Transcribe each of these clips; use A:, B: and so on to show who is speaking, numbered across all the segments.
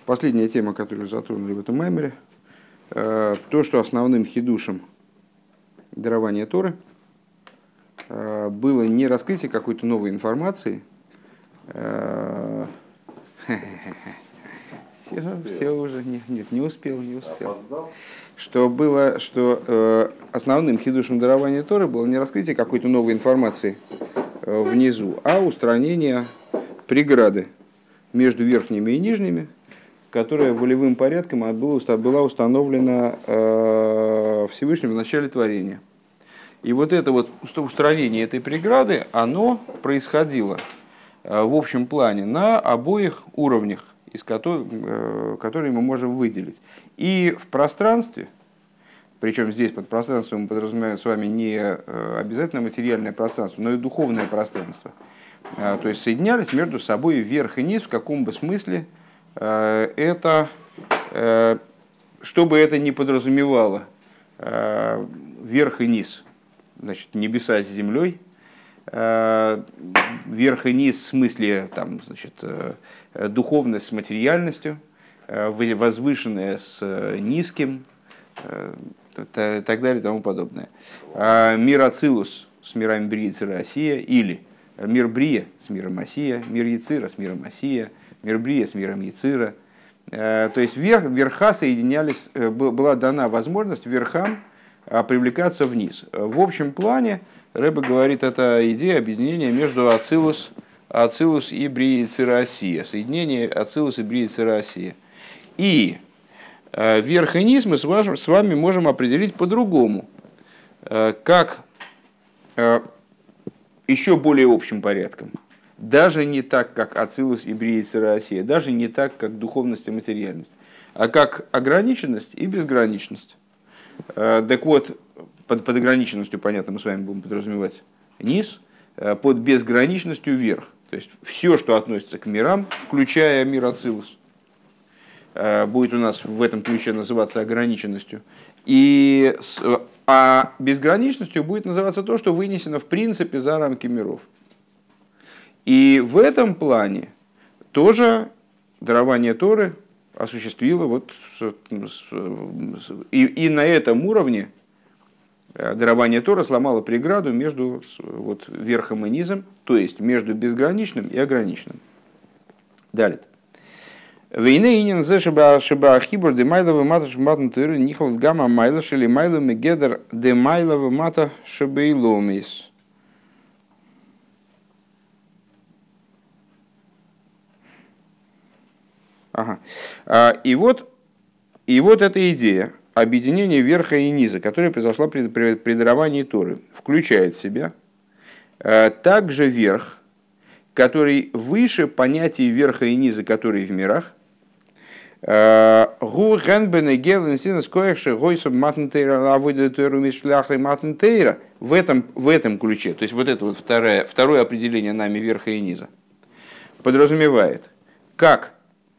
A: Последняя тема, которую затронули в этом маймере, то, что основным хидушем дарования Торы было не раскрытие какой-то новой информации. Все уже, нет, не успел. Что основным хидушем дарования Торы было не раскрытие какой-то новой информации внизу, а устранение преграды между верхними и нижними, которая волевым порядком была установлена Всевышним в начале творения. И вот это вот устранение этой преграды, оно происходило в общем плане на обоих уровнях, которые мы можем выделить. И в пространстве, причем здесь под пространством мы подразумеваем с вами не обязательно материальное пространство, но и духовное пространство. То есть соединялись между собой верх и низ, в каком бы смысле это, что бы это ни подразумевало, верх и низ, значит, небеса с землей, верх и низ в смысле там, значит, духовность с материальностью, возвышенное с низким, и так далее и тому подобное. Мир Ацилус с мирами Брия, Цира, Осия, или мир Брия с миром Осия, мир Яцира с миром Осия, мир Брия с миром Яцира. То есть верха соединялись, была дана возможность верхам привлекаться вниз. В общем плане Ребе говорит, это идея объединения между Ацилус и Брия Яцира Осия, соединение Ацилус и Брия Яцира Осия. И верх и низ мы с вами можем определить по-другому, как еще более общим порядком. Даже не так, как Ацилус и Брия Яцира Осия, даже не так, как духовность и материальность, а как ограниченность и безграничность. Так вот, под ограниченностью, понятно, мы с вами будем подразумевать низ, под безграничностью верх. То есть все, что относится к мирам, включая мир Ацилус, будет у нас в этом ключе называться ограниченностью. А безграничностью будет называться то, что вынесено в принципе за рамки миров. И в этом плане тоже дарование Торы осуществило вот, и на этом уровне дарование Торы сломало преграду между вот, верхом и низом, то есть между безграничным и ограниченным. Далее. Войны инин зе шиба хибур де майлова мата шматн тыры нихал гамма майла шили майла мегедер де майлова мата шебейломис. Ага. И вот эта идея объединения верха и низа, которая произошла при даровании Торы, включает в себя также верх, который выше понятий верха и низа, которые в мирах. В этом ключе, то есть вот это вот второе определение нами верха и низа, подразумевает как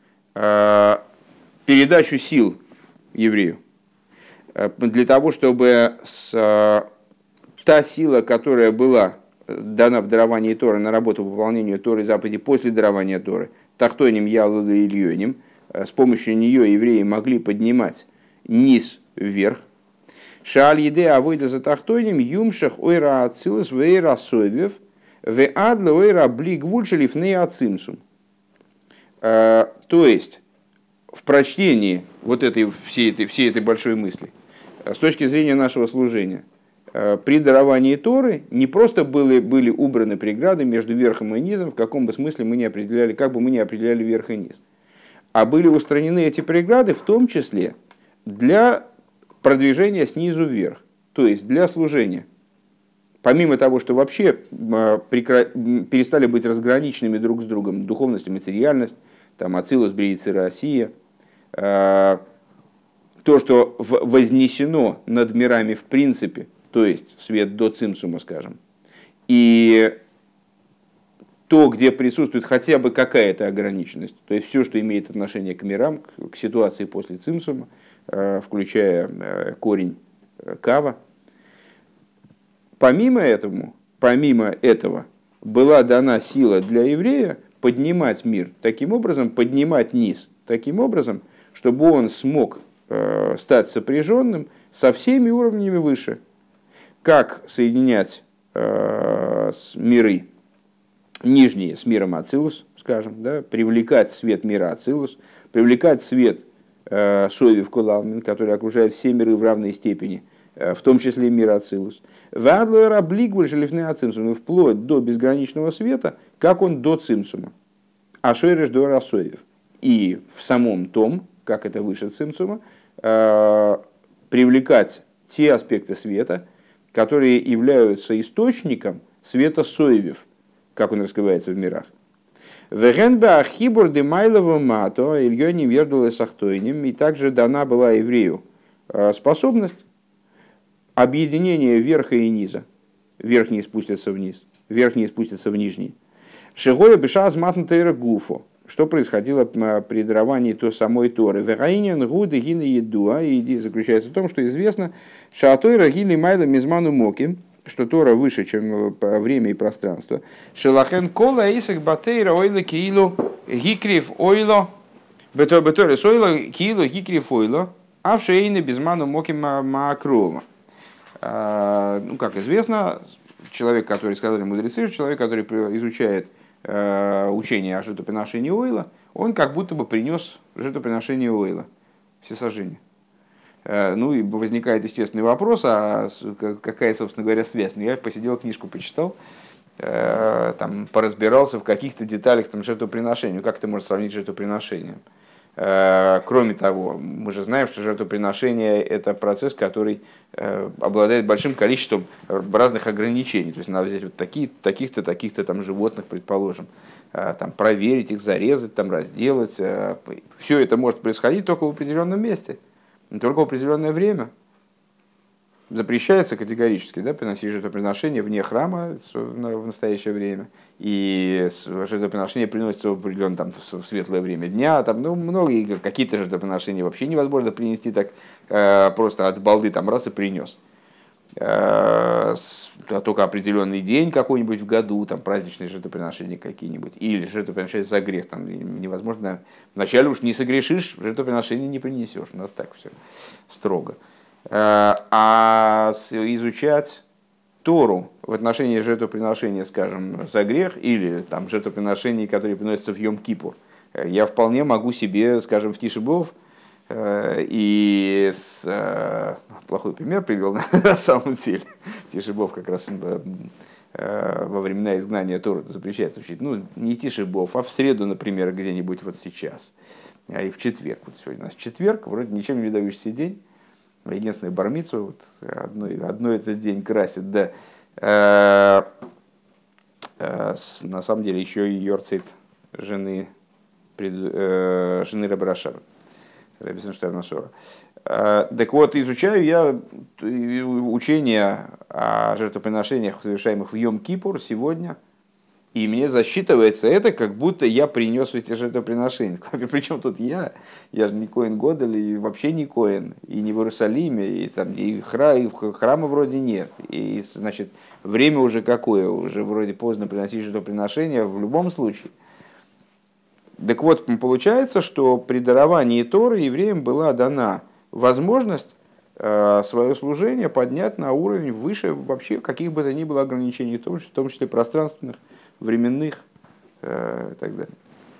A: передачу сил еврею, для того, чтобы та сила, которая была дана в даровании Торы на работу по выполнению Торы заповеди после дарования Торы, тахтоним ялула и ильёним, с помощью нее евреи могли поднимать низ вверх. Шааль еде авойда за тахтоним юмшах ойра ацилус вейра совев ве адла ойра блиг вульшелив не ацимсум. То есть, в прочтении вот всей этой большой мысли, с точки зрения нашего служения, при даровании Торы не просто были убраны преграды между верхом и низом, в каком бы смысле мы не определяли, как бы мы не определяли верх и низ, а были устранены эти преграды в том числе для продвижения снизу вверх, то есть для служения. Помимо того, что вообще перестали быть разграниченными друг с другом духовность и материальность, там Ацилус, Брия, Цира, Осия, то, что вознесено над мирами в принципе, то есть свет до цимсума, скажем, и то, где присутствует хотя бы какая-то ограниченность, то есть все, что имеет отношение к мирам, к ситуации после цимсума, включая корень кава. Помимо этого была дана сила для еврея поднимать мир, таким образом поднимать низ, таким образом, чтобы он смог стать сопряженным со всеми уровнями выше. Как соединять миры нижние с миром Ацилус, скажем, да, привлекать свет мира Ацилус, привлекать свет Соевив Кулалмин, который окружает все миры в равной степени, в том числе и мир Ацилус. Вадлера Блигвуль Желифны Ацимсум, вплоть до безграничного света, как он до Цимсума. А Шойреш до Расоев. И в самом том, как это выше Цимсума, привлекать те аспекты света, которые являются источником света Соевив, как он раскрывается в мирах. И также дана была еврею способность объединения верха и низа. Верхний спустится вниз, верхний спустится в нижний. Шигоя беша зматнутейра гуфо. Что происходило при даровании той самой Торы. Вераинин гуды гины едуа. И идея заключается в том, что известно, шаатойра гили майла мизману моким, что Тора выше, чем время и пространство. Шелахен кола исах батейра ойла киилу гикрив ойло, беторис ойло киилу гикрив ойло, а в шейне безману моким макрова. Ну, как известно, человек, который, сказали мудрецы, человек, который изучает учение о жертвоприношении ойла, он как будто бы принес жертвоприношение ойла, всесожжение. Ну и возникает естественный вопрос, а какая, собственно говоря, связь? Ну, я посидел, книжку почитал, там, поразбирался в каких-то деталях там, жертвоприношения. Как это можно сравнить с жертвоприношением? Кроме того, мы же знаем, что жертвоприношение – это процесс, который обладает большим количеством разных ограничений. То есть надо взять вот таких-то, таких-то там животных, предположим, там, проверить их, зарезать, там, разделать. Все это может происходить только в определенном месте, не только в определенное время. Запрещается категорически, да, приносить жертвоприношение вне храма в настоящее время. И жертвоприношение приносится в определенное там, в светлое время дня. Там, ну, многие какие-то жертвоприношения вообще невозможно принести так просто от балды там, раз и принес. Только определенный день какой-нибудь в году, там, праздничные жертвоприношения какие-нибудь. Или жертвоприношение за грех. Там, невозможно. Вначале уж не согрешишь, жертвоприношение не принесешь. У нас так все строго. А изучать Тору в отношении жертвоприношения, скажем, за грех, или там, жертвоприношений, которые приносятся в Йом-Кипур, я вполне могу себе, скажем, в Тиши б'Ов, и плохой пример привел на самом деле. Тиши б'Ов как раз во времена изгнания Торы запрещается учить. Ну, не Тиши б'Ов, а в среду, например, где-нибудь вот сейчас, а и в четверг. Вот сегодня у нас четверг, вроде ничем не выдающийся день. Единственное, бармицу, вот, одно этот день красит, да. На самом деле еще и йорцит жены Ребе Рашаба, Ребе Зинштерна Сора. Так вот, изучаю я учение о жертвоприношениях, совершаемых в Йом-Кипур сегодня, и мне засчитывается это, как будто я принес эти жертвоприношения. Причем тут я же не Коэн Годель, и вообще не Коэн, и не в Иерусалиме, и храма вроде нет. И, значит, время уже какое, уже вроде поздно приносить жертвоприношения в любом случае. Так вот, получается, что при даровании Торы евреям была дана возможность свое служение поднять на уровень выше вообще каких бы то ни было ограничений, в том числе пространственных, временных и так далее.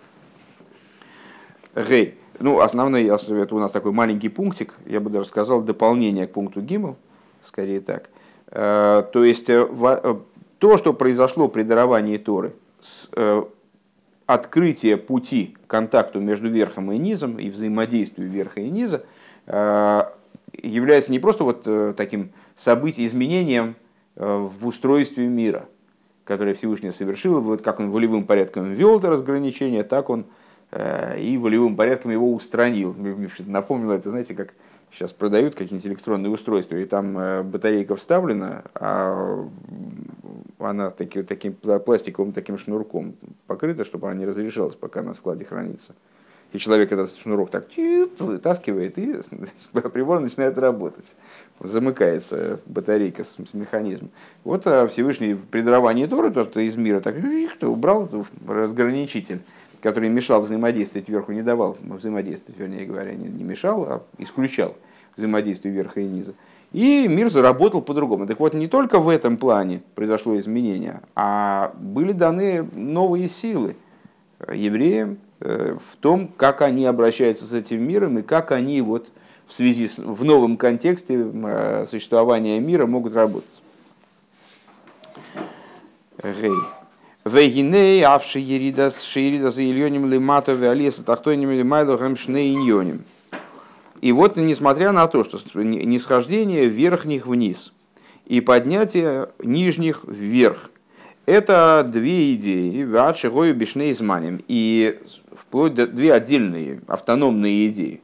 A: Гей. Ну, основной, это у нас такой маленький пунктик, я бы даже сказал, дополнение к пункту Гимл, скорее так. То есть, то, что произошло при даровании Торы, открытие пути к контакту между верхом и низом и взаимодействию верха и низа, является не просто вот таким событием, изменением в устройстве мира, которое Всевышний совершил, вот как он волевым порядком ввел это разграничение, так он и волевым порядком его устранил. Мне напомнило это, знаете, как сейчас продают какие-нибудь электронные устройства, и там батарейка вставлена, а она таким пластиковым таким шнурком покрыта, чтобы она не разрешалась, пока на складе хранится. И человек этот шнурок так вытаскивает, и прибор начинает работать. Замыкается батарейка с механизмом. Вот Всевышний при даровании Торы, то, что из мира так убрал разграничитель. который мешал взаимодействовать верху, не давал взаимодействовать, вернее говоря, не мешал, а исключал взаимодействие верха и низа. И мир заработал по-другому. Так вот, не только в этом плане произошло изменение, а были даны новые силы евреям в том, как они обращаются с этим миром и как они вот в новом контексте существования мира могут работать. Вегиней, авши еридас, шииридас и ильоним лимато веалеса тахтоним лимайло гамшней иньоним. И вот, несмотря на то, что нисхождение верхних вниз и поднятие нижних вверх, это две идеи, ваатшигою бишней изманим, и вплоть до две отдельные автономные идеи.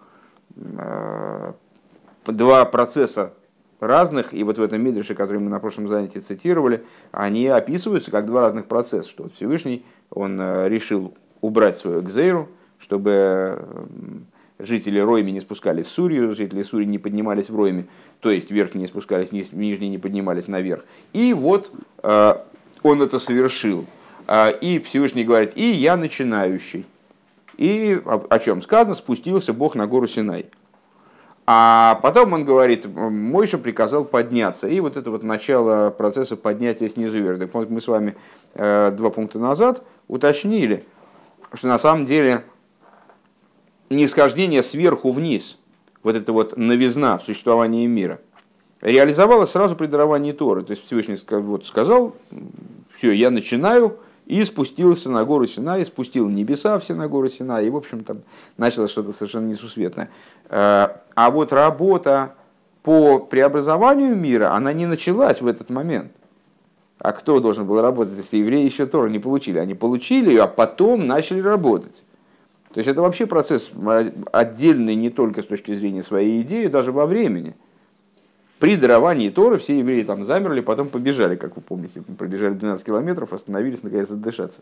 A: Два процесса разных, и вот в этом мидреше, который мы на прошлом занятии цитировали, они описываются как два разных процесса, что Всевышний, он решил убрать свою гзейру, чтобы жители Ройми не спускались в Сурию, жители Сурии не поднимались в Ройми, то есть верхние не спускались вниз, нижние не поднимались наверх. И вот он это совершил. И Всевышний говорит, и я начинающий. И о чем сказано, спустился Бог на гору Синай. А потом он говорит, Мойша приказал подняться. И вот это вот начало процесса поднятия снизу вверх. Так вот, мы с вами 2 пункта назад уточнили, что на самом деле нисхождение сверху вниз, вот эта вот новизна в существовании мира, реализовалась сразу при даровании Торы. То есть Всевышний вот сказал, все, я начинаю, и спустился на гору Синай, спустил небеса все на гору Синай, и, в общем, там началось что-то совершенно несусветное. А вот работа по преобразованию мира, она не началась в этот момент. А кто должен был работать, если евреи еще Тору не получили? Они получили ее, а потом начали работать. То есть это вообще процесс отдельный не только с точки зрения своей идеи, даже во времени. При даровании Торы все евреи там замерли, потом побежали, как вы помните. Пробежали 12 километров, остановились, наконец, отдышаться.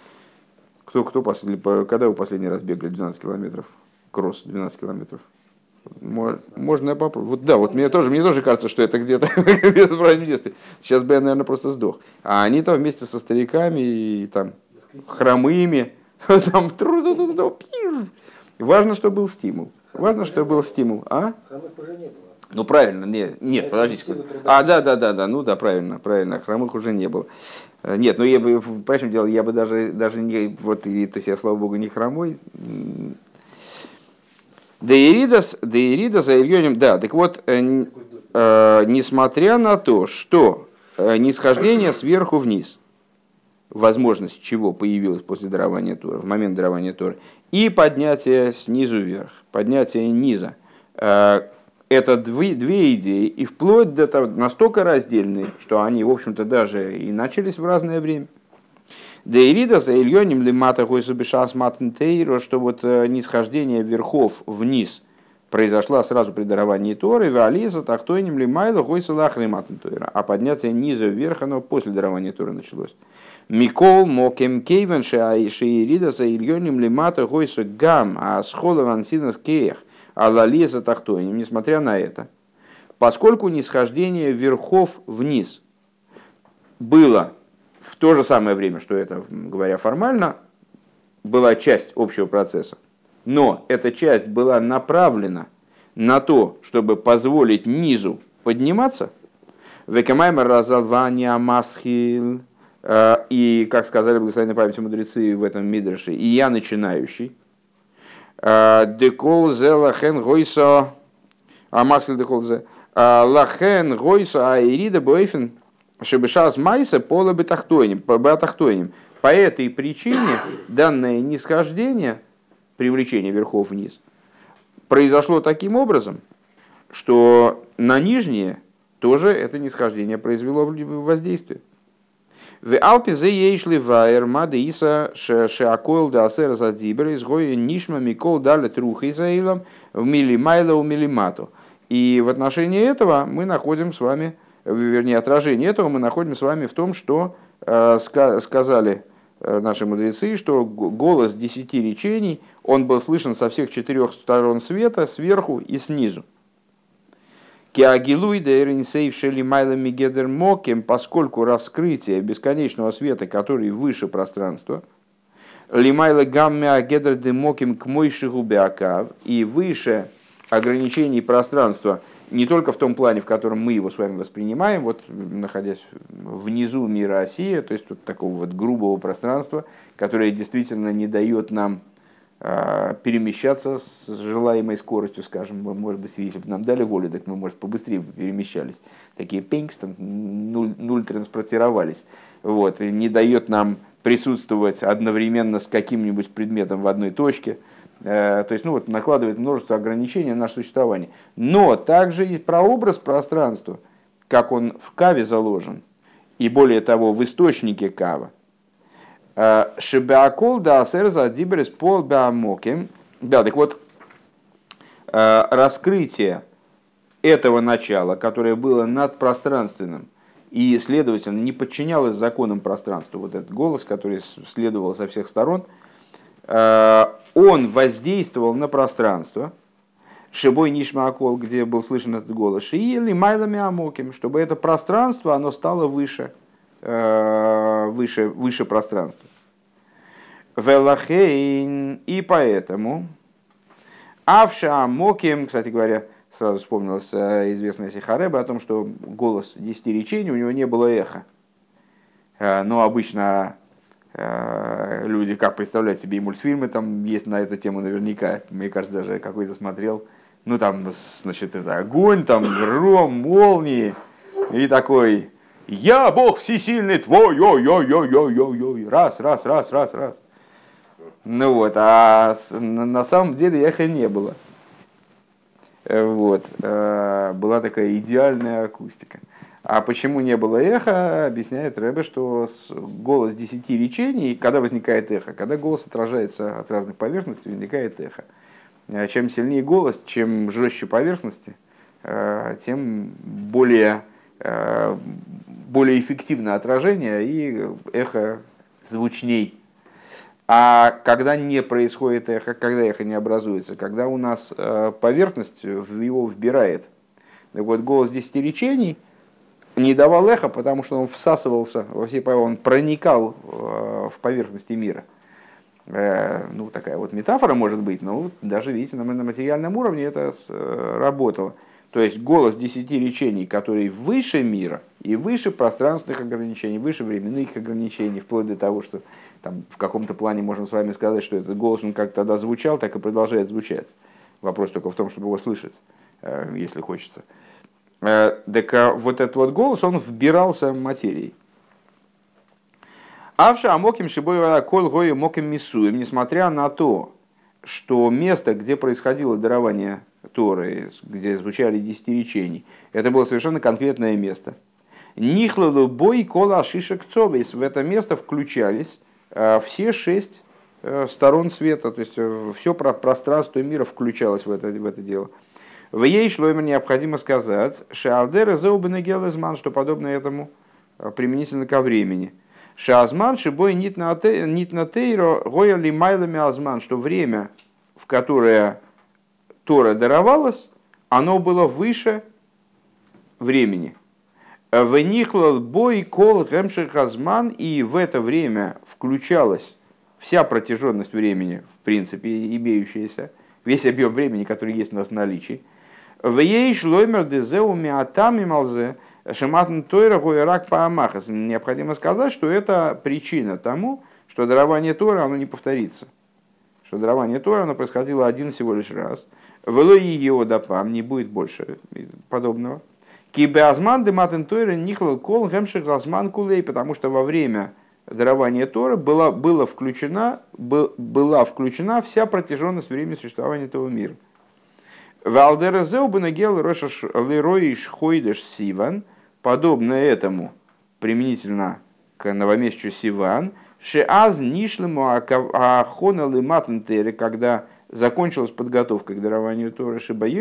A: Когда вы последний раз бегали 12 километров? Кросс 12 километров. Можно я попробую? Вот да, вот мне тоже кажется, что это где-то в раннем детстве. Сейчас бы я, наверное, просто сдох. А они там вместе со стариками и там хромыми. Там, важно, что был стимул. Важно, что был стимул. А?
B: Хромых уже не было.
A: Ну правильно, нет, подождите. Да, ну да, правильно, хромых уже не было. Нет, ну я бы, понимаешь, дело, я бы даже не, вот, то есть я, слава богу, не хромой. Деиридас Ильоним, да, так вот, несмотря на то, что нисхождение сверху вниз, возможность чего появилась после дарования Торы, в момент дарования Торы, и поднятие снизу вверх, поднятие низа, это две идеи, и вплоть до того, настолько раздельные, что они, в общем-то, даже и начались в разное время. Дейрида за Ильоним лимата гойсубишас матнтейро, что вот нисхождение верхов вниз произошло сразу при даровании Торы, вализа тахтойним лимайла гойсалахри матнтейро, а поднятие низа вверх оно после дарования Торы началось. Микол мокем кейвен шеирида за Ильоним лимата гойсу гам, а схола вансинас кейх. Аллалеза тахтоним, несмотря на это, поскольку нисхождение верхов вниз было в то же самое время, что это, говоря формально, была часть общего процесса, но эта часть была направлена на то, чтобы позволить низу подниматься, векамаймер разалвания масхил, и, как сказали благословенной памяти мудрецы в этом мидреше, и я начинающий, декол зе лахен гойсо амасль декол зе лахен гойсо аирида бойфен шебешас майса пола бетахтойним. По этой причине данное нисхождение, привлечение верхов вниз, произошло таким образом, что на нижнее тоже это нисхождение произвело воздействие. В Алпе за ейшли вайер мадиса шеакойл да асера задибер изгоя нишма микол дали труха изаилам в милимайла у милимату. И в отношении этого мы находим с вами, вернее, отражение этого мы находим с вами в том, что сказали наши мудрецы, что голос 10 речений, он был слышен со всех 4 сторон света, сверху и снизу. Поскольку раскрытие бесконечного света, который выше пространства, Лимайла гаммя гедр демоким к мойшигу беакав, и выше ограничений пространства, не только в том плане, в котором мы его с вами воспринимаем, вот находясь внизу мира Осия, то есть вот такого вот грубого пространства, которое действительно не дает нам перемещаться с желаемой скоростью, скажем, может быть, если бы нам дали волю, так мы, может, побыстрее бы перемещались. Такие пенькс, там, нуль транспортировались. Вот, и не дает нам присутствовать одновременно с каким-нибудь предметом в одной точке. То есть, ну, вот, накладывает множество ограничений на наше существование. Но также и прообраз пространства, как он в Каве заложен, и более того, в источнике Кава, Шебеакол да асерза диберес пол беамоким. Да, так вот, раскрытие этого начала, которое было надпространственным и, следовательно, не подчинялось законам пространства, вот этот голос, который следовал со всех сторон, он воздействовал на пространство, Шибой Нишмаакол, где был слышен этот голос, или Майлами Амоким, чтобы это пространство оно стало выше пространства. Велахейн, и поэтому Авша Амоким, кстати говоря, сразу вспомнилась известная Сихареба о том, что голос 10 речений, у него не было эха. Но обычно люди, как представлять себе и мультфильмы, там есть на эту тему наверняка, мне кажется, даже какой-то смотрел, ну там, значит, это огонь, там гром, молнии, и такой: «Я Бог всесильный твой, ой-ой-ой-ой-ой-ой-ой», раз. Ну вот, а на самом деле эха не было. Вот. Была такая идеальная акустика. А почему не было эха, объясняет Ребе, что голос 10 речений, когда возникает эхо, когда голос отражается от разных поверхностей, возникает эхо. Чем сильнее голос, чем жестче поверхности, тем более эффективно отражение, и эхо звучней. А когда не происходит эхо, когда эхо не образуется, когда у нас поверхность его вбирает. Так вот, голос 10 речений не давал эхо, потому что он всасывался во все, он проникал в поверхности мира. Ну, такая вот метафора может быть, но даже, видите, на материальном уровне это работало. То есть голос 10 речений, который выше мира и выше пространственных ограничений, выше временных ограничений, вплоть до того, что там, в каком-то плане можем с вами сказать, что этот голос, он как тогда звучал, так и продолжает звучать. Вопрос только в том, чтобы его слышать, если хочется. Так вот этот вот голос, он вбирался материей. Авша амоким шибой кол гою моким мисуем, несмотря на то, что место, где происходило дарование Торы, где звучали 10 речений, это было совершенно конкретное место. Нихлалу бой кола шишек цовейс. В это место включались все 6 сторон света, то есть все пространство мира включалось в это дело. В ей шло необходимо сказать, шеалдера зеубенегелезман, что подобно этому применительно ко времени. Шазман шибой нит на тейро гоя лимайлами азман, что время, в которое Тора даровалась, оно было выше времени. В нихлал бой кол гемших азман, и в это время включалась вся протяженность времени, в принципе, имеющаяся, весь объем времени, который есть у нас в наличии. В ей шлоймер дезеу миатами малзе шаматн тойра гойрак паамахас. Необходимо сказать, что это причина тому, что дарование Тора оно не повторится. Что дарование Тора оно происходило один всего лишь раз. Вело ее дапам, не будет больше подобного. Кибеазман дематен тойра нихлал кол гемших засман кулей, потому что во время дарования Тора была включена вся протяженность времени существования этого мира. Подобно этому, применительно к новомесячу Сиван, когда закончилась подготовка к дарованию Торы,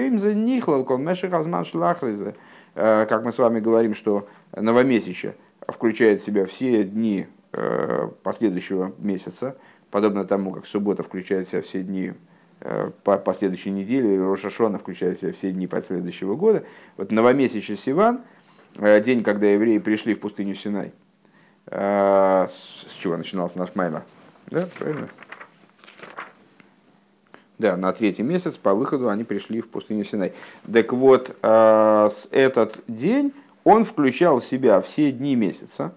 A: как мы с вами говорим, что новомесячье включает в себя все дни последующего месяца, подобно тому, как суббота включает в себя все дни по следующей неделе, Рош ха-Шана включает в себя все дни последующего года. Вот новомесячный Сиван, день, когда евреи пришли в пустыню Синай, с чего начинался наш маймер? Да, правильно? Да, на третий месяц по выходу они пришли в пустыню Синай. Так вот, этот день, он включал в себя все дни месяца.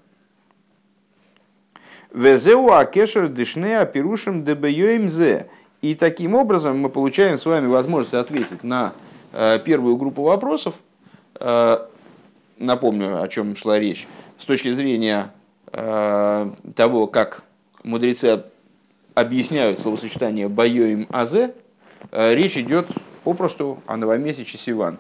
A: Везеу акешер дышне апирушем дебеёимзе. И таким образом мы получаем с вами возможность ответить на первую группу вопросов. Напомню, о чем шла речь. С точки зрения того, как мудрецы объясняют словосочетание «байоим азе», речь идет попросту о новомесяче Сиван.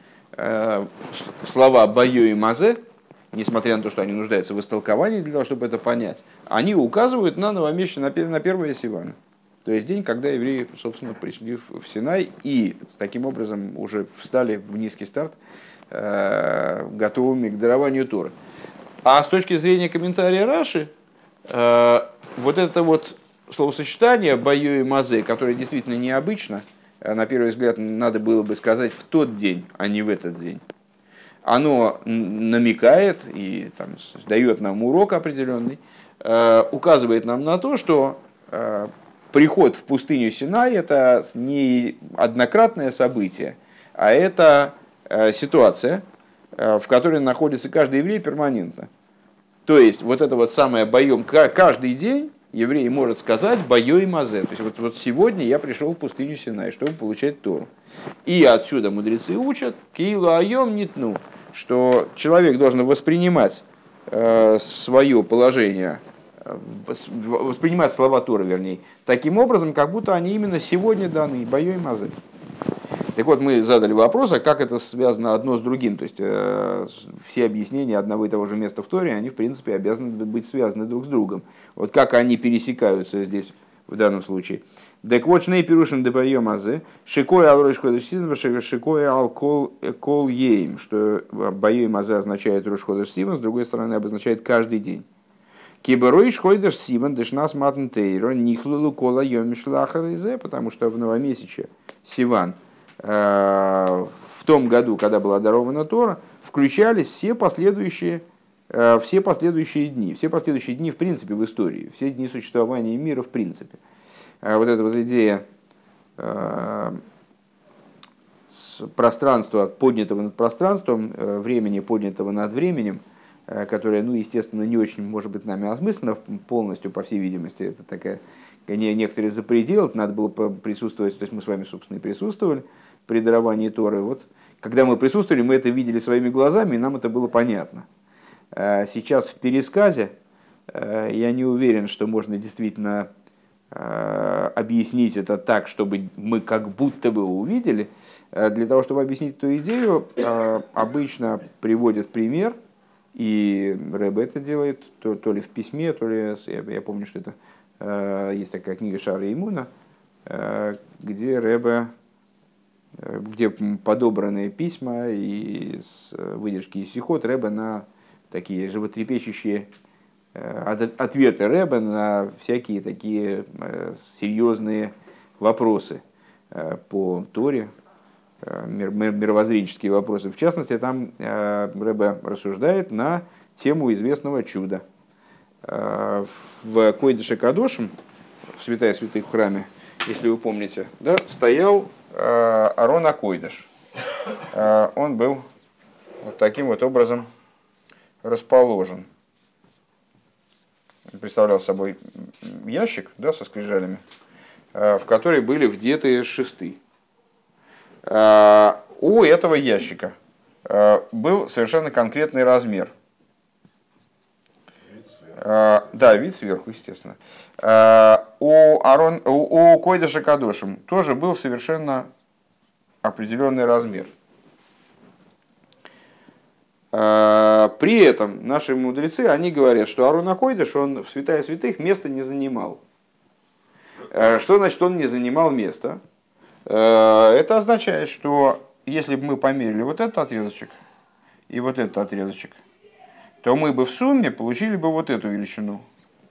A: Слова «байоим азе», несмотря на то, что они нуждаются в истолковании для того, чтобы это понять, они указывают на новомесяц, на первое Сивана. То есть день, когда евреи, собственно, пришли в Синай и таким образом уже встали в низкий старт, готовыми к дарованию Торы. А с точки зрения комментария Раши, вот это вот словосочетание «байо» и «мазе», которое действительно необычно, на первый взгляд надо было бы сказать в тот день, а не в этот день, оно намекает и там, дает нам урок определенный, указывает нам на то, что приход в пустыню Синай – это не однократное событие, а это ситуация, в которой находится каждый еврей перманентно. То есть, вот это вот самое «байом», каждый день еврей может сказать «байо» и «мазе». То есть, вот сегодня я пришел в пустыню Синай, чтобы получать Тору. И отсюда мудрецы учат «киилу айом нитну», что человек должен воспринимать свое положение, воспринимать слова Торы, вернее, таким образом, как будто они именно сегодня даны «байо» и «мазе». Так вот, мы задали вопрос, а как это связано одно с другим. То есть, все объяснения одного и того же места в Торе, они, в принципе, обязаны быть связаны друг с другом. Вот как они пересекаются здесь, в данном случае. Так вот, шней пирушин дебайом азе, шикой ал рош ходеш сиван, шикой ал кол ейм, что байом азе означает рош ходеш сиван, с другой стороны, обозначает каждый день. Киберойш ходеш сиван, дешнас матн тейро, нихлулу кола йоми шлахар изе, потому что в новомесяче Сиван, в том году, когда была дарована Тора, включались все последующие дни. Все последующие дни, в принципе, в истории. Все дни существования мира, в принципе. Вот эта вот идея пространства, поднятого над пространством, времени, поднятого над временем, которая, ну, естественно, не очень, может быть, нами осмыслена полностью, по всей видимости. Это такая, некоторые за предел, надо было присутствовать, то есть мы с вами, собственно, и присутствовали при даровании Торы. Вот, когда мы присутствовали, мы это видели своими глазами, и нам это было понятно. Сейчас в пересказе я не уверен, что можно действительно объяснить это так, чтобы мы как будто бы увидели. Для того, чтобы объяснить эту идею, обычно приводят пример, и Ребе это делает, то ли в письме, то ли, я помню, что это есть такая книга Шара Имуна, где Ребе, где подобраны письма и выдержки из сихот Ребе на такие животрепещущие ответы Ребе на всякие такие серьезные вопросы по Торе, мировоззренческие вопросы. В частности, там Ребе рассуждает на тему известного чуда. В Койдеше Кадошим, в Святая Святых в храме, если вы помните, да, стоял Арон ха-Койдеш. Он был вот таким вот образом расположен. Представлял собой ящик, да, со скрижалями, в который были вдеты шесты. У этого ящика был совершенно конкретный размер. Да, вид сверху, естественно. У Койдеша Кадошим тоже был совершенно определенный размер. При этом наши мудрецы, они говорят, что Арон ха-Койдеш, он в Святая Святых места не занимал. Что значит, он не занимал места? Это означает, что если бы мы померили вот этот отрезочек и вот этот отрезочек, то мы бы в сумме получили бы вот эту величину.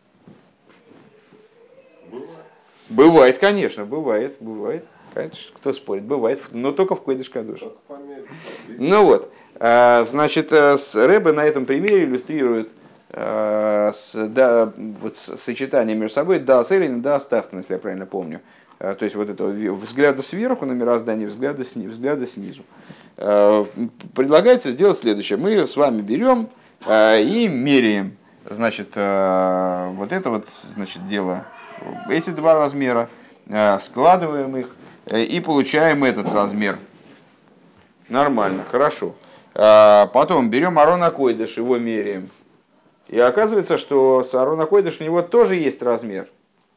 A: Бывает, конечно, бывает. Конечно, кто спорит, бывает, но только в Койдеш Кадош. Ну вот, значит, Ребе на этом примере иллюстрирует сочетание между собой да селин, да стахтан, если я правильно помню. то есть вот этого взгляда сверху на мироздание, взгляда снизу, предлагается сделать следующее. Мы с вами берем и меряем, значит, вот это вот, значит, дело, эти два размера, складываем их и получаем этот размер. Нормально, хорошо. Потом берем Арон ха-Койдеш, его меряем. И оказывается, что с Арон ха-Койдеш у него тоже есть размер.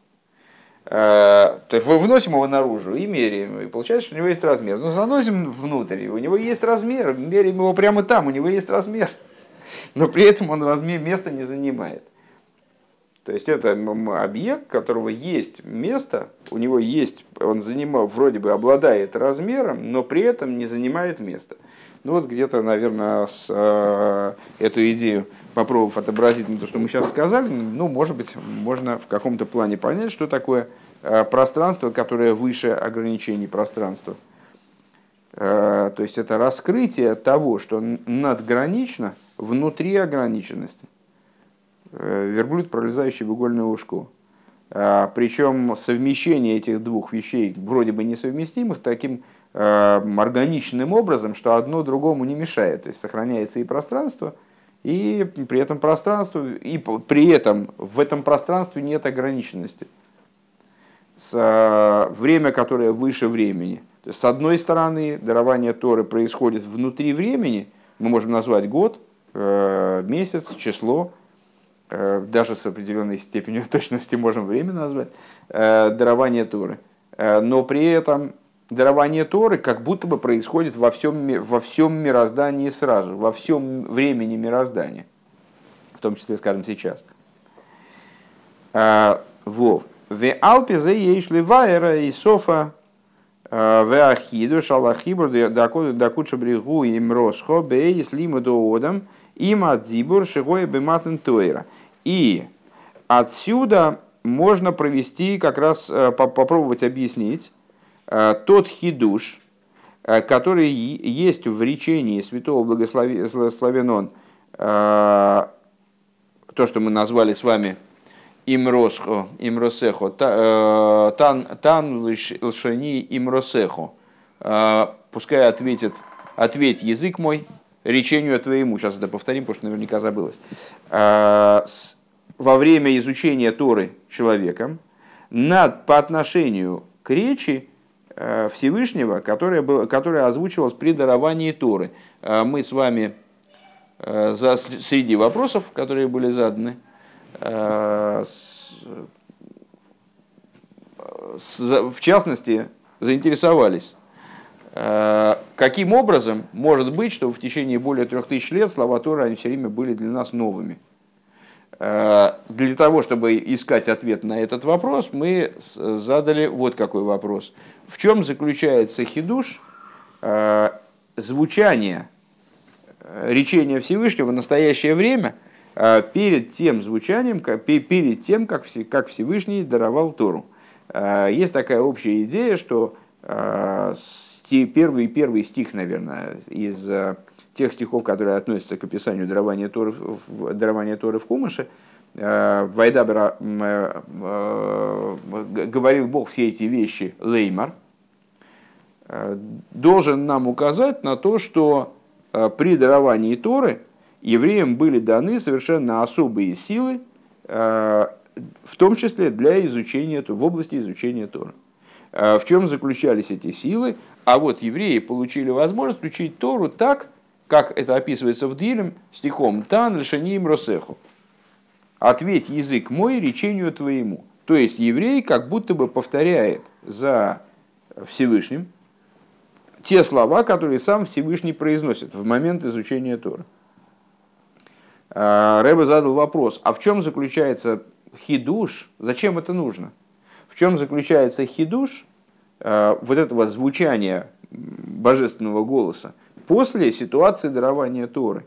A: То есть мы выносим его наружу и меряем. И получается, что у него есть размер. Но заносим внутрь, у него есть размер. Меряем его прямо там, у него есть размер. Но при этом он размер места не занимает. То есть это объект, у которого есть место, у него есть, он вроде бы обладает размером, но при этом не занимает места. Ну вот где-то, наверное, эту идею, попробовав отобразить на то, что мы сейчас сказали, ну, может быть, можно в каком-то плане понять, что такое пространство, которое выше ограничений пространства. То есть это раскрытие того, что надгранично внутри ограниченности. Верблюд, пролезающий в игольное ушко. Причем совмещение этих двух вещей, вроде бы несовместимых, таким органичным образом, что одно другому не мешает. То есть сохраняется и пространство, и при этом в этом пространстве нет ограниченности. Время, которое выше времени. То есть, с одной стороны, дарование Торы происходит внутри времени, мы можем назвать год, месяц, число, даже с определенной степенью точности можем время назвать, дарование Торы. Но при этом дарование Торы как будто бы происходит во всем мироздании сразу, во всем времени мироздания, в том числе, скажем, сейчас. Вов. В Алпе за ейшли вайера и софа в ахиду шалахибур дакуча бригу им росхо бейс лима доодам им адзибур шигоя бематен тойра. И отсюда можно провести, как раз попробовать объяснить тот хидуш, который есть в речении святого благословен он, то, что мы назвали с вами имросехо, тан лшани имросехо, пускай ответь язык мой речению твоему. Сейчас это повторим, потому что наверняка забылось. Во время изучения Торы человеком по отношению к речи Всевышнего, которая озвучивалась при даровании Торы. Мы с вами среди вопросов, которые были заданы, в частности, заинтересовались, каким образом может быть, что в течение более 3000 лет слова Торы, они все время были для нас новыми. Для того, чтобы искать ответ на этот вопрос, мы задали вот какой вопрос. В чем заключается хидуш звучания речения Всевышнего в настоящее время перед тем звучанием, перед тем, как Всевышний даровал Тору? Есть такая общая идея, что первый стих, наверное, из тех стихов, которые относятся к описанию дарования Торы в Хумаше, Вайдабера говорил Бог все эти вещи леймар, должен нам указать на то, что при даровании Торы евреям были даны совершенно особые силы, в том числе для изучения, в области изучения Торы. В чем заключались эти силы? А вот евреи получили возможность учить Тору так, как это описывается в Дилем стихом «Тан лешаним росеху». «Ответь язык мой речению твоему». То есть еврей как будто бы повторяет за Всевышним те слова, которые сам Всевышний произносит в момент изучения Торы. Ребе задал вопрос, а в чем заключается хидуш? Зачем это нужно? В чем заключается хидуш вот этого звучания божественного голоса после ситуации дарования Торы?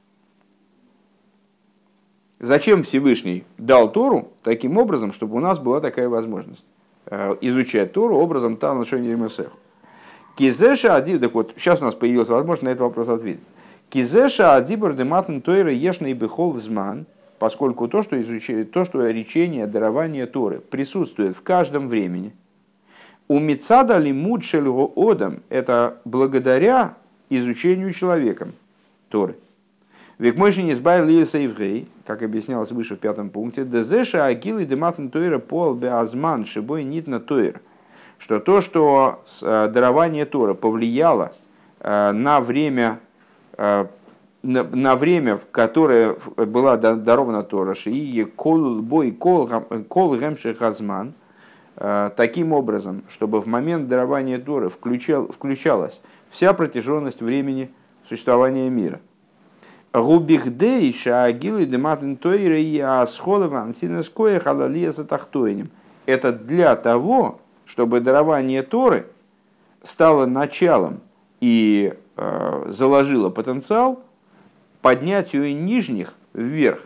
A: Зачем Всевышний дал Тору таким образом, чтобы у нас была такая возможность изучать Тору образом Тан лешани имросехо? Кизеша адиб, так вот, сейчас у нас появилась возможность на этот вопрос ответить. Кизеша адибур дематн тойра ешный бехол зман, поскольку то, что речение дарования Торы присутствует в каждом времени. У Мицада лимуд шельго одам – это благодаря изучению человеком Торы. Век мойши не избавил лиеса еврей, как объяснялось выше в 5 пункте, дезеша агилы дематн тойра пол беазман шибой нитна тойр, что то, что дарование Торы повлияло на время, в которое была дарована Тора, и кол бой кол гемших азман, таким образом, чтобы в момент дарования Торы включалась вся протяженность времени существования мира. Губихдей шаагилы дематн тойры и асхолова ансинескоя халалия затахтойним. Это для того, чтобы дарование Торы стало началом и заложило потенциал поднятию нижних вверх,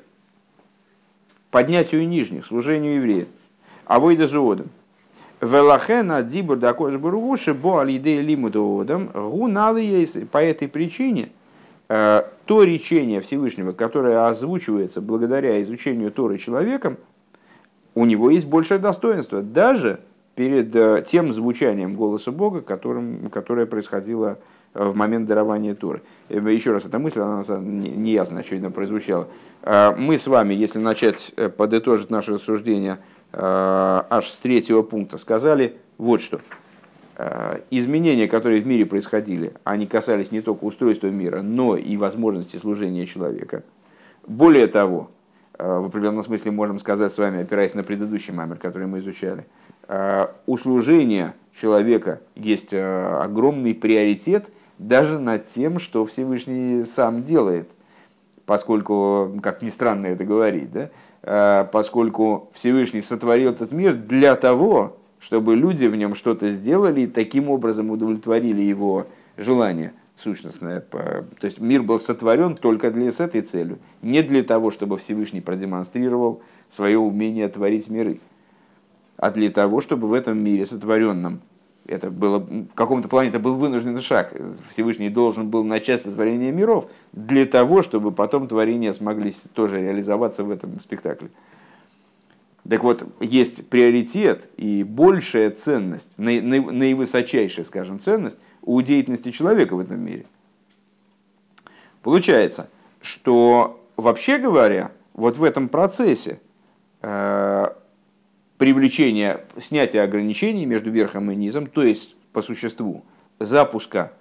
A: поднятию нижних, служению еврея. Авойда зоодом. Велахена дибур дакош бургуши бо алидей лимудоодом гуналы ейсы. По этой причине то речение Всевышнего, которое озвучивается благодаря изучению Торы человеком, у него есть большее достоинство, даже перед тем звучанием голоса Бога, которое происходило в момент дарования Торы. Еще раз, эта мысль, она неясно, очевидно, прозвучала. Мы с вами, если начать подытожить наше рассуждение аж с 3 пункта, сказали вот что. Изменения, которые в мире происходили, они касались не только устройства мира, но и возможности служения человека. Более того, в определенном смысле можем сказать с вами, опираясь на предыдущий маймер, который мы изучали, у служения человека есть огромный приоритет даже над тем, что Всевышний сам делает, поскольку, как ни странно это говорить, да, поскольку Всевышний сотворил этот мир для того, чтобы люди в нем что-то сделали и таким образом удовлетворили его желание сущностное. То есть мир был сотворен только с этой целью, не для того, чтобы Всевышний продемонстрировал свое умение творить миры, а для того, чтобы в этом мире сотворенном, это было, в каком-то плане это был вынужденный шаг, Всевышний должен был начать сотворение миров для того, чтобы потом творения смогли тоже реализоваться в этом спектакле. Так вот, есть приоритет и большая ценность, наивысочайшая, скажем, ценность у деятельности человека в этом мире. Получается, что, вообще говоря, вот в этом процессе привлечения, снятия ограничений между верхом и низом, то есть, по существу, запуска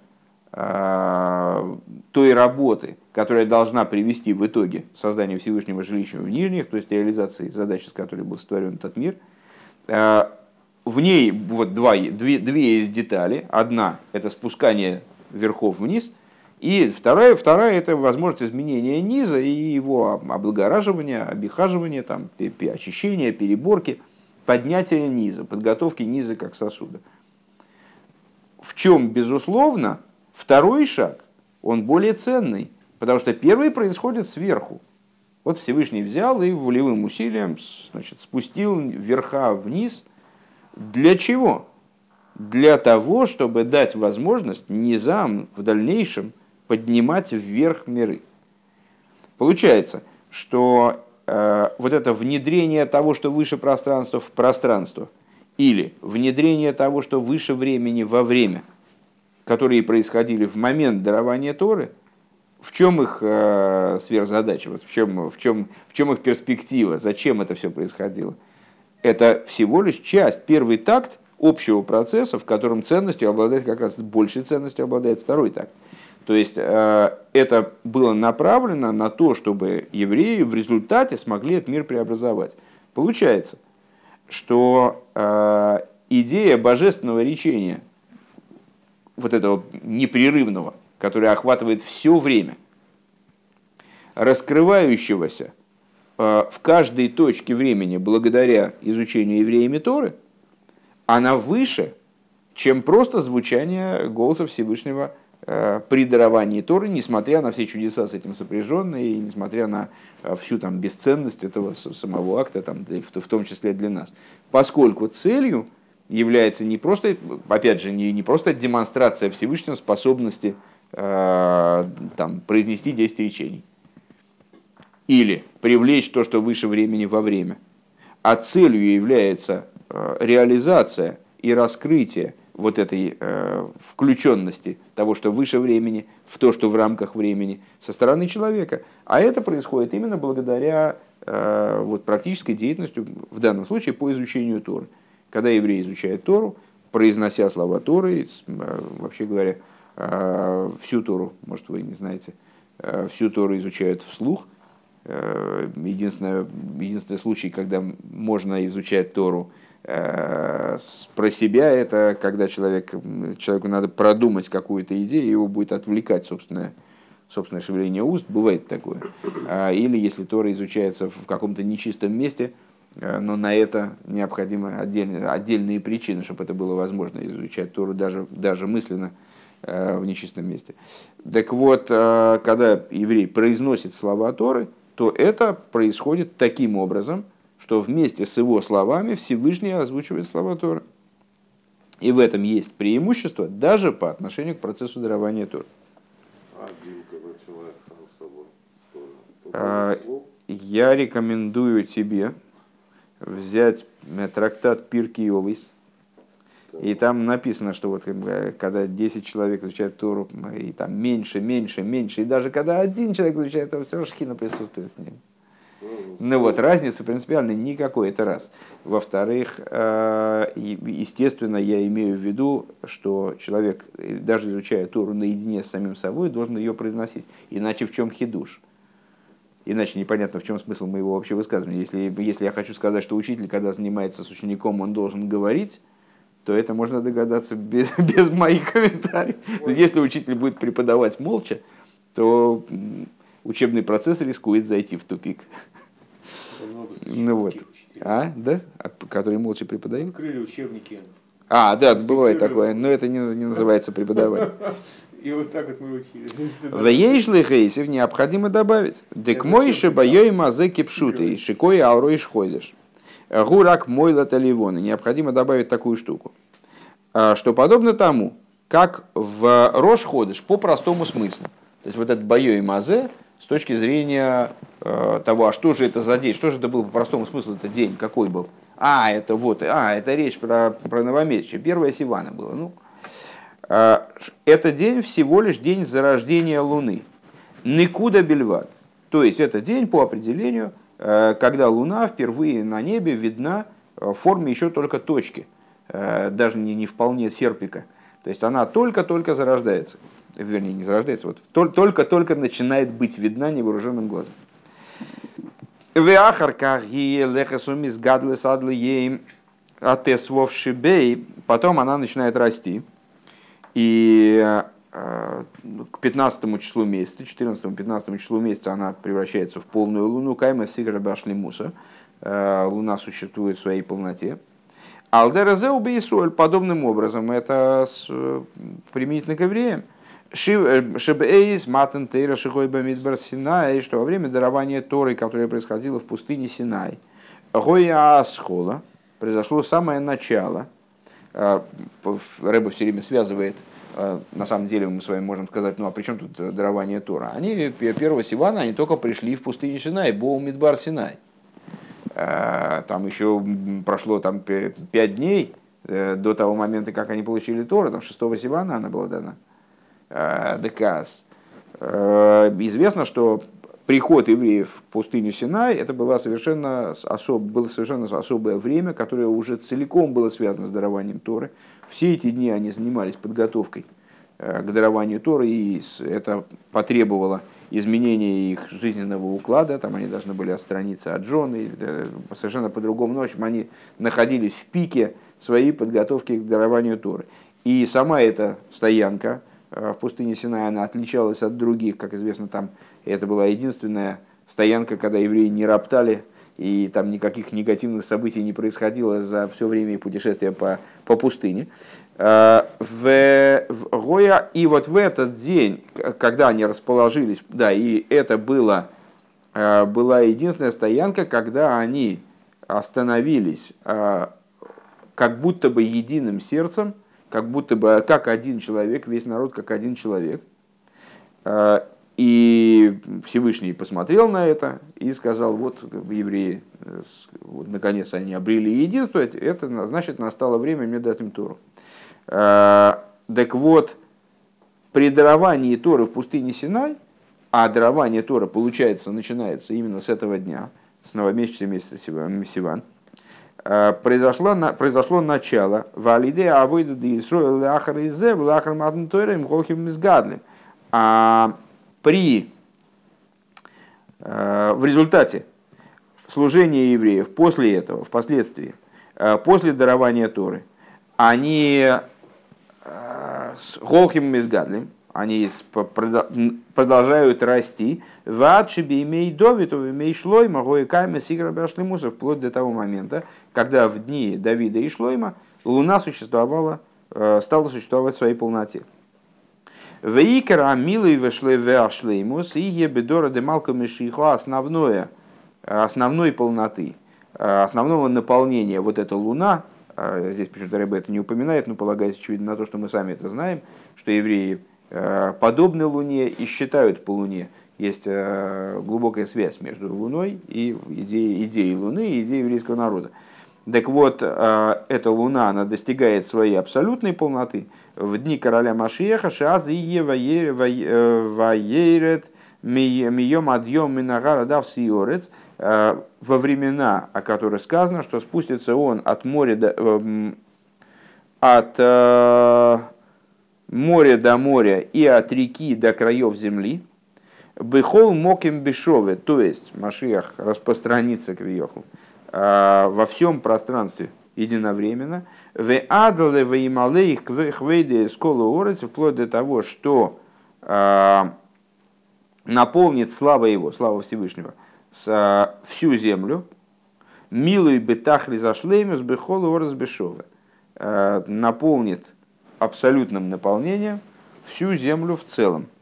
A: той работы, которая должна привести в итоге к созданию Всевышнего жилища в нижних, то есть реализации задачи, с которой был сотворен этот мир. В ней вот две есть детали. Одна – это спускание верхов вниз, и вторая – это возможность изменения низа и его облагораживания, обихаживания, там, очищения, переборки, поднятия низа, подготовки низа как сосуда. В чем, безусловно, второй шаг, он более ценный, потому что первый происходит сверху. Вот Всевышний взял и волевым усилием, значит, спустил верха вниз. Для чего? Для того, чтобы дать возможность низам в дальнейшем поднимать вверх миры. Получается, что вот это внедрение того, что выше пространства, в пространство, или внедрение того, что выше времени, во время, которые происходили в момент дарования Торы, в чем их сверхзадача, вот в чем их перспектива, зачем это все происходило? Это всего лишь часть, первый такт общего процесса, в котором ценностью обладает, как раз большей ценностью обладает второй такт. То есть это было направлено на то, чтобы евреи в результате смогли этот мир преобразовать. Получается, что идея божественного речения, вот этого непрерывного, которое охватывает все время, раскрывающегося в каждой точке времени благодаря изучению евреями Торы, она выше, чем просто звучание голоса Всевышнего при даровании Торы, несмотря на все чудеса с этим сопряженные, и несмотря на всю там бесценность этого самого акта, там, в том числе для нас. Поскольку целью является не просто, опять же, не просто демонстрация Всевышнего способности там, произнести 10 речений или привлечь то, что выше времени во время, а целью является реализация и раскрытие вот этой включенности того, что выше времени, в то, что в рамках времени, со стороны человека. А это происходит именно благодаря вот, практической деятельности, в данном случае по изучению Торы. Когда еврей изучает Тору, произнося слова Торы, вообще говоря, всю Тору, может, вы не знаете, всю Тору изучают вслух. Единственный случай, когда можно изучать Тору про себя, это когда человеку надо продумать какую-то идею, и его будет отвлекать собственное шевеление уст, бывает такое. Или если Тора изучается в каком-то нечистом месте, но на это необходимы отдельные причины, чтобы это было возможно, изучать Тору даже мысленно в нечистом месте. Так вот, когда еврей произносит слова Торы, то это происходит таким образом, что вместе с его словами Всевышний озвучивает слова Торы. И в этом есть преимущество даже по отношению к процессу дарования Торы. Я рекомендую тебе взять трактат Пиркей Овес. И там написано, что вот когда 10 человек изучают Тору, и там меньше, и даже когда один человек изучает Тору, все равно шхина присутствует с ним. Ну вот, разницы принципиально никакой, это раз. Во-вторых, естественно, я имею в виду, что человек, даже изучая Тору наедине с самим собой, должен ее произносить. Иначе в чем хидуш? Иначе непонятно, в чем смысл моего общего высказывания. Если я хочу сказать, что учитель, когда занимается с учеником, он должен говорить, то это можно догадаться без моих комментариев. Если учитель будет преподавать молча, то учебный процесс рискует зайти в тупик. Ну вот. Да? Которые молча преподают?
B: Открыли учебники.
A: Да, бывает такое, но это не называется преподавать.
B: И вот так вот мы учили.
A: В ейшлы хейсев необходимо добавить. Дек мойши боей мазе кипшуты, шикой алрой шхойдеш. Гурак мойла таливоны. Необходимо добавить такую штуку. Что подобно тому, как в Рош ходишь по простому смыслу. То есть вот этот боей мазе с точки зрения того, а что же это за день, что же это был по простому смыслу этот день, какой был. Это речь про новомесячие. Первое Сивана было. Это день всего лишь день зарождения Луны. Никуда бельват. То есть это день по определению, когда Луна впервые на небе видна в форме еще только точки, даже не вполне серпика. То есть она только-только зарождается. Вернее, не зарождается, вот только-только начинает быть видна невооруженным глазом. Потом она начинает расти. И к 15 числу месяца, 14-15 числу месяца она превращается в полную луну. Кайма сигра башли муса. Луна существует в своей полноте. Алдеразеу бейсуэль подобным образом, это применительно к евреям. Шебэйс матен тейра шихой бамидбар Синай, что во время дарования Торы, которое происходило в пустыне Синай, гоя асхола, произошло самое начало. Рэбе все время связывает, на самом деле мы с вами можем сказать, а при чем тут дарование Тора? Они первого Сивана, они только пришли в пустыню Синай, Боу Мидбар Синай. Там еще прошло 5 дней до того момента, как они получили Тору, там 6 Сивана она была дана. Деказ. Известно, что приход евреев в пустыню Синай это было совершенно особое время, которое уже целиком было связано с дарованием Торы. Все эти дни они занимались подготовкой к дарованию Торы, и это потребовало изменения их жизненного уклада. Там они должны были отстраниться от жены, совершенно по-другому. Но, в общем, они находились в пике своей подготовки к дарованию Торы. И сама эта стоянка в пустыне Синай, она отличалась от других. Как известно, там это была единственная стоянка, когда евреи не роптали, и там никаких негативных событий не происходило за все время путешествия по пустыне. И вот в этот день, когда они расположились, и это была единственная стоянка, когда они остановились как будто бы единым сердцем, как будто бы как один человек, весь народ как один человек. И Всевышний посмотрел на это и сказал, вот евреи, вот, наконец они обрели единство, это значит, настало время мне дать им Тору. Так вот, при даровании Торы в пустыне Синай, а дарование Торы, получается, начинается именно с этого дня, с новомесячного месяца Сиван, произошло начало «Валиде авойду де Исроэл лахар изе, лахар мадн Торем, голхим мизгадлим». В результате служения евреев после этого, впоследствии, после дарования Торы, они с голхим мизгадлим, они продолжают расти, вплоть до того момента, когда в дни Давида и Шлойма Луна стала существовать в своей полноте. Основной полноты, основного наполнения вот эта Луна, здесь почему-то Ребе это не упоминает, но полагается, очевидно, на то, что мы сами это знаем, что евреи подобны Луне и считают по Луне. Есть глубокая связь между Луной и идеей Луны и идеей еврейского народа. Так вот, эта Луна, она достигает своей абсолютной полноты в дни короля Машиеха, шаз ие ваерет мием адьем минагара дав сиорец, во времена, о которых сказано, что спустится он от моря до моря и от реки до краев земли, бехол моким бешове, то есть Машиах распространится к Виоху во всем пространстве единовременно, вплоть до того, что наполнит слава его, слава Всевышнего, всю землю, милуй бетахли зашлеймус бехолу ораз бешове, наполнит абсолютным наполнением всю землю в целом.